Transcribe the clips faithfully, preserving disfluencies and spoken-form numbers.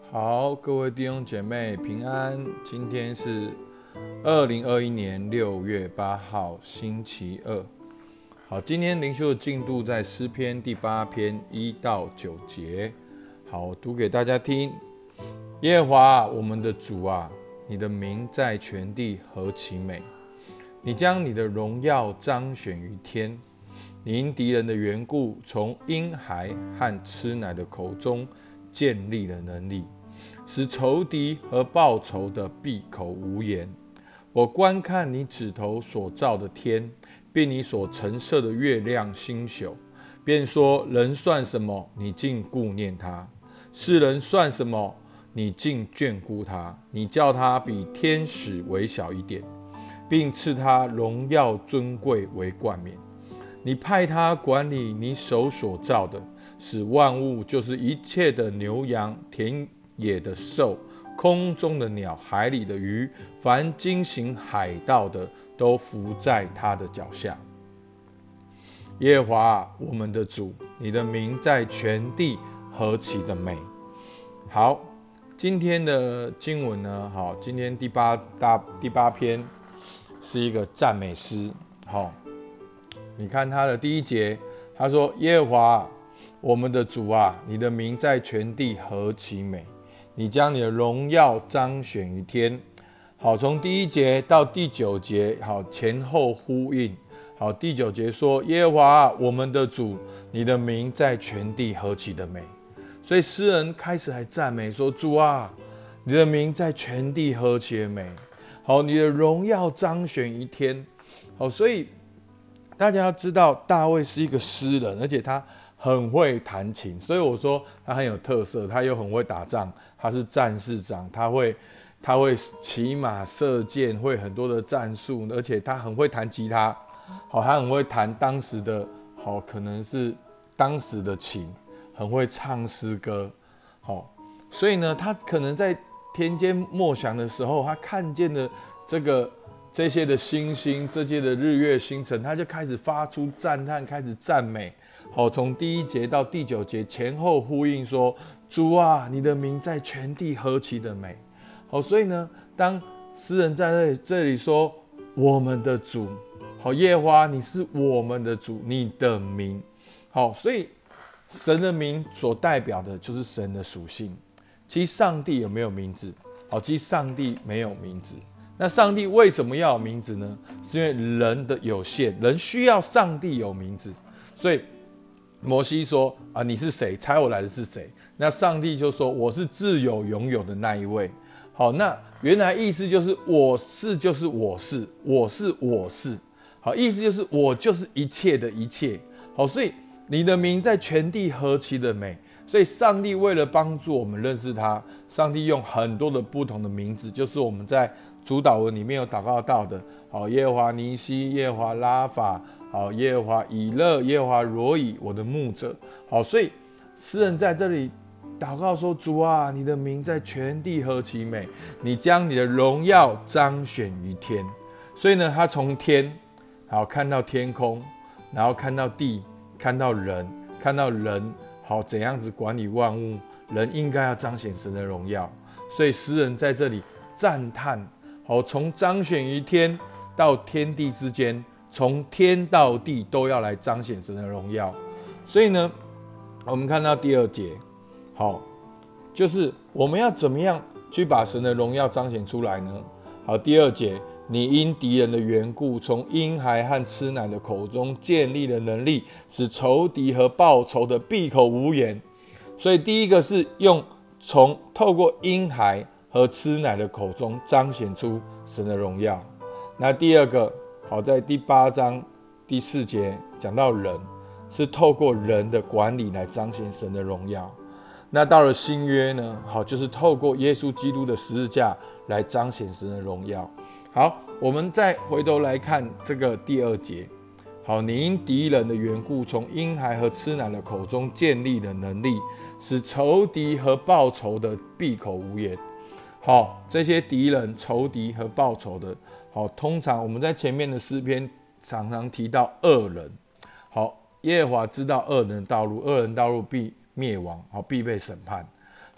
好，各位弟兄姐妹平安。今天是二零二一年六月八号，星期二。好，今天灵修的进度在诗篇第八篇一到九节。好，我读给大家听。耶和华我们的主啊，你的名在全地何其美！你将你的荣耀彰显于天。你因敌人的缘故，从婴孩和吃奶的口中建立了能力，使仇敌和报仇的闭口无言。我观看你指头所造的天，并你所陈设的月亮星宿，便说：人算什么，你竟顾念他；世人算什么，你竟眷顾他。你叫他比天使微小一点，并赐他荣耀尊贵为冠冕。你派他管理你手所造的，使万物，就是一切的牛羊、田野的兽、空中的鸟、海里的鱼，凡经行海道的，都伏在他的脚下。耶和华我们的主，你的名在全地何其的美！好，今天的经文呢？好，今天第八大第八篇是一个赞美诗。好。你看他的第一节，他说：耶和华我们的主啊，你的名在全地何其美！你将你的荣耀彰显于天。好，从第一节到第九节，好，前后呼应。好，第九节说：耶和华我们的主，你的名在全地何其的美！所以诗人开始还赞美说：主啊，你的名在全地何其的美！好，你的荣耀彰显于天。好，所以大家要知道，大卫是一个诗人，而且他很会弹琴，所以我说他很有特色。他又很会打仗，他是战士长，他会他会骑马射箭，会很多的战术，而且他很会弹吉他。好，他很会弹当时的好，可能是当时的琴，很会唱诗歌。好，所以呢，他可能在天间默想的时候，他看见了这个。这些的星星，这些的日月星辰，他就开始发出赞叹，开始赞美。好，从第一节到第九节前后呼应说：主啊，你的名在全地何其的美！好，所以呢，当诗人在这里说我们的主，好，耶和华你是我们的主，你的名，好，所以神的名所代表的就是神的属性。其实上帝有没有名字？好，其实上帝没有名字。那上帝为什么要有名字呢？是因为人的有限，人需要上帝有名字。所以摩西说：啊，你是谁？差我来的是谁？那上帝就说：我是自有永有的那一位。好，那原来意思就是我是就是我是，我是我是。好，意思就是我就是一切的一切。好，所以你的名在全地何其的美。所以上帝为了帮助我们认识他，上帝用很多的不同的名字，就是我们在主祷文里面有祷告到的。好，耶和华尼西，耶和华拉法，好，耶和华以勒，耶和华罗以，我的牧者。好，所以诗人在这里祷告说：主啊，你的名在全地何其美！你将你的荣耀彰显于天。所以呢，他从天好看到天空，然后看到地，看到人，看到人。好，怎样子管理万物？人应该要彰显神的荣耀，所以诗人在这里赞叹。好，从彰显于天到天地之间，从天到地都要来彰显神的荣耀。所以呢，我们看到第二节，好，就是我们要怎么样去把神的荣耀彰显出来呢？好，第二节。你因敌人的缘故，从婴孩和吃奶的口中建立了能力，使仇敌和报仇的闭口无言。所以第一个是用从透过婴孩和吃奶的口中彰显出神的荣耀。那第二个，好，在第八章第四节讲到人是透过人的管理来彰显神的荣耀。那到了新约呢，好，就是透过耶稣基督的十字架来彰显神的荣耀。好，我们再回头来看这个第二节。好，你因敌人的缘故，从婴孩和吃奶的口中建立了能力，使仇敌和报仇的闭口无言。好，这些敌人、仇敌和报仇的，好，通常我们在前面的诗篇常常提到恶人。好，耶和华知道恶人的道路，恶人道路必灭亡，好，必被审判。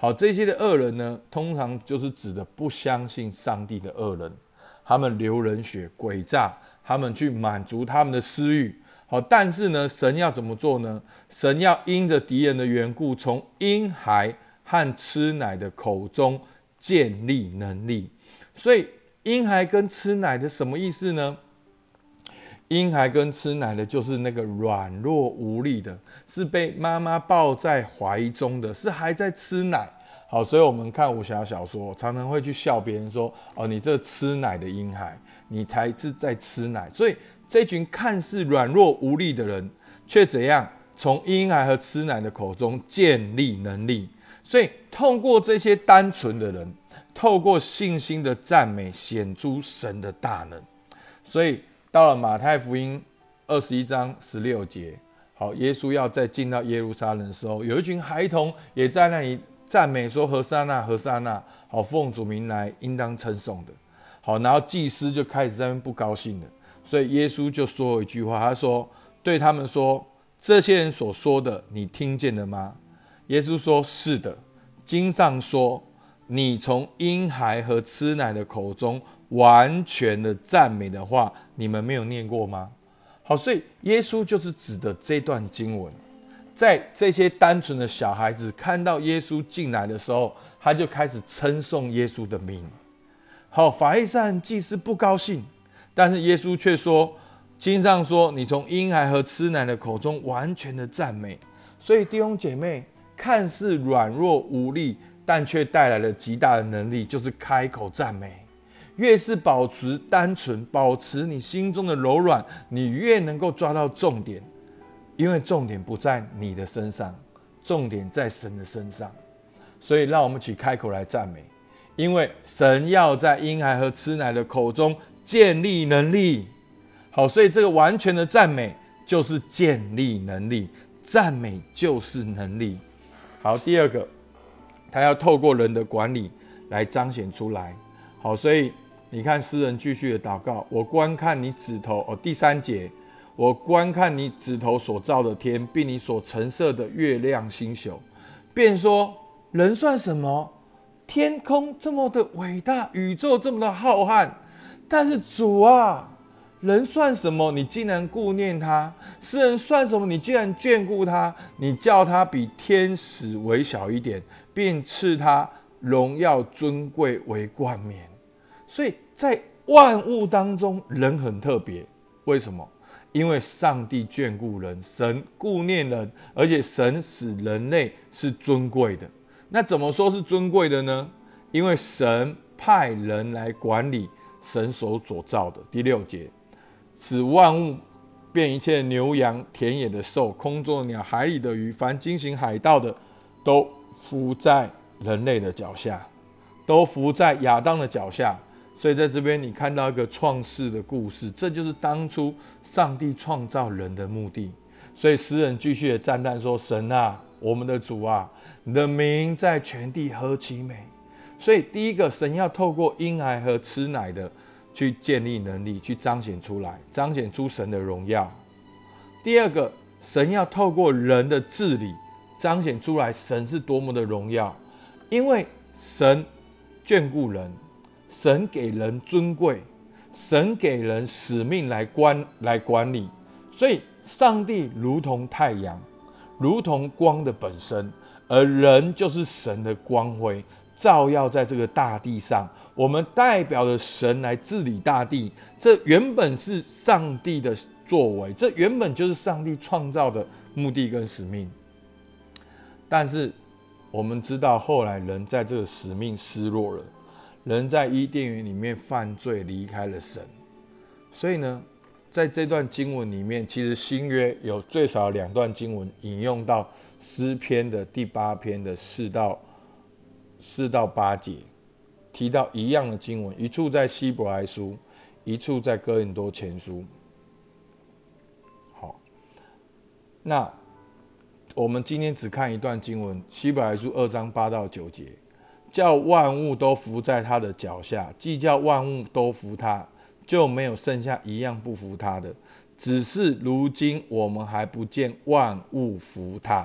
好，这些的恶人呢，通常就是指的不相信上帝的恶人，他们流人血、诡诈，他们去满足他们的私欲。好，但是呢，神要怎么做呢？神要因着敌人的缘故，从婴孩和吃奶的口中建立能力。所以，婴孩跟吃奶的什么意思呢？婴孩跟吃奶的，就是那个软弱无力的，是被妈妈抱在怀中的，是还在吃奶。好，所以我们看武侠小说，常常会去笑别人说：“哦，你这吃奶的婴孩，你才是在吃奶。”所以这群看似软弱无力的人，却怎样从婴孩和吃奶的口中建立能力？所以，透过这些单纯的人，透过信心的赞美，显出神的大能。所以，到了马太福音二十一章十六节，好，耶稣要再进到耶路撒冷的时候，有一群孩童也在那里赞美说：“何沙那，何沙那！好，奉主名来，应当称颂的。”好，然后祭司就开始在那边不高兴了，所以耶稣就说了一句话，他说：“对他们说，这些人所说的，你听见了吗？”耶稣说：“是的。经上说，你从婴孩和吃奶的口中完全的赞美的话，你们没有念过吗？”好，所以耶稣就是指的这段经文。在这些单纯的小孩子看到耶稣进来的时候，他就开始称颂耶稣的名。好，法利赛人祭司不高兴，但是耶稣却说：“经上说，你从婴孩和吃奶的口中完全的赞美。”所以弟兄姐妹，看似软弱无力，但却带来了极大的能力，就是开口赞美。越是保持单纯，保持你心中的柔软，你越能够抓到重点。因为重点不在你的身上，重点在神的身上。所以让我们一起开口来赞美，因为神要在婴孩和吃奶的口中建立能力。好，所以这个完全的赞美就是建立能力，赞美就是能力。好，第二个，他要透过人的管理来彰显出来。好，所以你看诗人继续的祷告：“我观看你指头。”哦，第三节。我观看你指头所造的天，并你所陈设的月亮星宿，便说：人算什么？天空这么的伟大，宇宙这么的浩瀚，但是主啊，人算什么？你竟然顾念他；世人算什么？你竟然眷顾他。你叫他比天使微小一点，并赐他荣耀尊贵为冠冕。所以在万物当中，人很特别。为什么？因为上帝眷顾人，神顾念人，而且神使人类是尊贵的。那怎么说是尊贵的呢？因为神派人来管理神所所造的。第六节，使万物变一切牛羊、田野的兽、空中的鸟、海里的鱼，凡经行海道的，都伏在人类的脚下，都伏在亚当的脚下。所以在这边你看到一个创世的故事，这就是当初上帝创造人的目的。所以诗人继续的赞叹说：神啊，我们的主啊，你的名在全地何其美。所以第一个，神要透过婴孩和吃奶的去建立能力，去彰显出来，彰显出神的荣耀。第二个，神要透过人的治理，彰显出来神是多么的荣耀。因为神眷顾人，神给人尊贵，神给人使命来管来管理，所以上帝如同太阳，如同光的本身，而人就是神的光辉，照耀在这个大地上。我们代表了神来治理大地，这原本是上帝的作为，这原本就是上帝创造的目的跟使命。但是我们知道，后来人在这个使命失落了。人在伊甸园里面犯罪，离开了神。所以呢，在这段经文里面，其实新约有最少两段经文引用到诗篇的第八篇的四到四到八节，提到一样的经文，一处在希伯来书，一处在哥林多前书。好，那我们今天只看一段经文，希伯来书二章八到九节。叫万物都伏在他的脚下，既叫万物都服他，就没有剩下一样不服他的。只是如今我们还不见万物服他。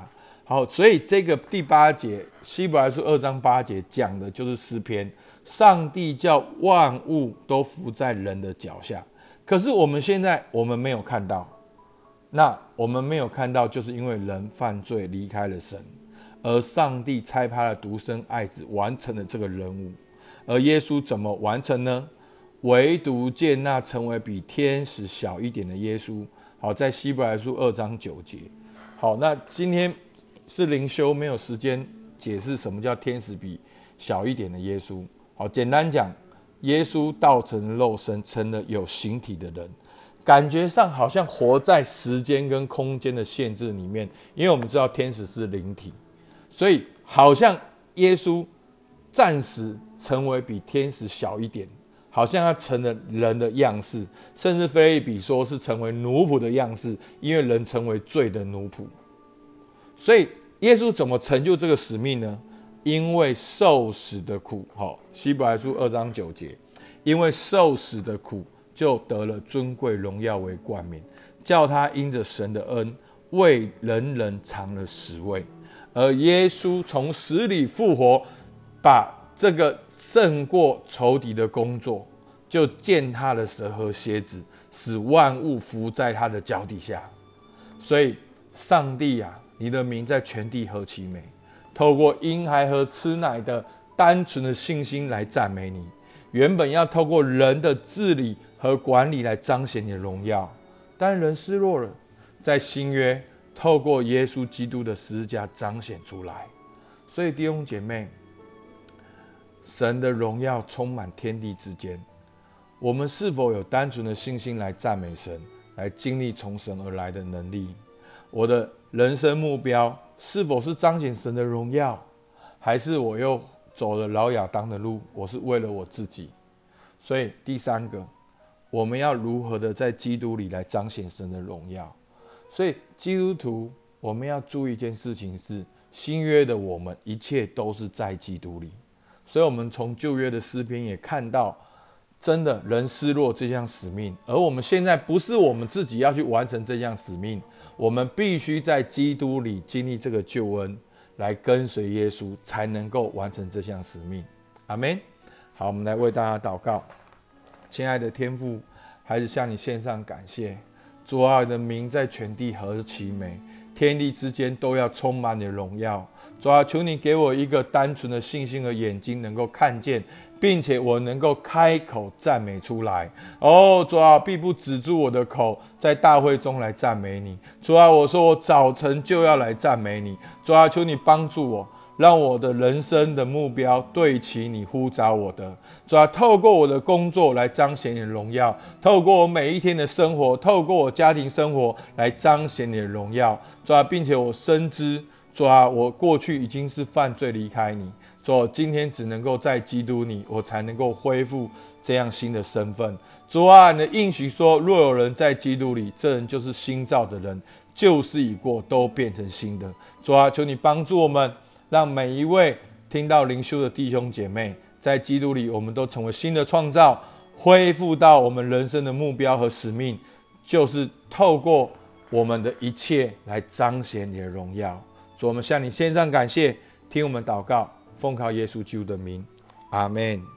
好，所以这个第八节，希伯来书二章八节讲的就是诗篇，上帝叫万物都伏在人的脚下。可是我们现在我们没有看到，那我们没有看到，就是因为人犯罪离开了神，而上帝差派了独生爱子完成了这个任务。而耶稣怎么完成呢？唯独见那成为比天使小一点的耶稣。好，在希伯来书二章九节。好，那今天是灵修，没有时间解释什么叫天使比小一点的耶稣。好，简单讲，耶稣道成肉身，成了有形体的人，感觉上好像活在时间跟空间的限制里面，因为我们知道天使是灵体，所以好像耶稣暂时成为比天使小一点，好像他成了人的样式，甚至腓立比说是成为奴仆的样式，因为人成为罪的奴仆。所以耶稣怎么成就这个使命呢？因为受死的苦，好，希伯来书二章九节，因为受死的苦，就得了尊贵荣耀为冠冕，叫他因着神的恩，为人人尝了死味。而耶稣从死里复活，把这个胜过仇敌的工作，就践踏了蛇和蝎子，使万物伏在他的脚底下。所以上帝啊，你的名在全地何其美！透过婴孩和吃奶的单纯的信心来赞美你。原本要透过人的治理和管理来彰显你的荣耀，但人失落了，在新约透过耶稣基督的十字架彰显出来。所以弟兄姐妹，神的荣耀充满天地之间，我们是否有单纯的信心来赞美神，来经历从神而来的能力？我的人生目标是否是彰显神的荣耀，还是我又走了老亚当的路，我是为了我自己？所以第三个，我们要如何的在基督里来彰显神的荣耀？所以基督徒我们要注意一件事情是，新约的我们一切都是在基督里。所以我们从旧约的诗篇也看到，真的人失落这项使命，而我们现在不是我们自己要去完成这项使命，我们必须在基督里经历这个救恩，来跟随耶稣，才能够完成这项使命。阿们。好，我们来为大家祷告。亲爱的天父，还是向你献上感谢。主啊，你的名在全地何其美，天地之间都要充满你的荣耀。主啊，求你给我一个单纯的信心和眼睛，能够看见，并且我能够开口赞美出来。哦，主啊，必不止住我的口，在大会中来赞美你。主啊，我说我早晨就要来赞美你。主啊，求你帮助我，让我的人生的目标对齐你呼召我的。主啊，透过我的工作来彰显你的荣耀，透过我每一天的生活，透过我家庭生活来彰显你的荣耀。主啊，并且我深知，主啊，我过去已经是犯罪离开你，主啊，今天只能够在基督里，我才能够恢复这样新的身份。主啊，你的应许说，若有人在基督里，这人就是新造的人，旧事已过，都变成新的。主啊，求你帮助我们，让每一位听到灵修的弟兄姐妹，在基督里我们都成为新的创造，恢复到我们人生的目标和使命，就是透过我们的一切来彰显你的荣耀。主，我们向你献上感谢，听我们祷告，奉靠耶稣基督的名，阿们。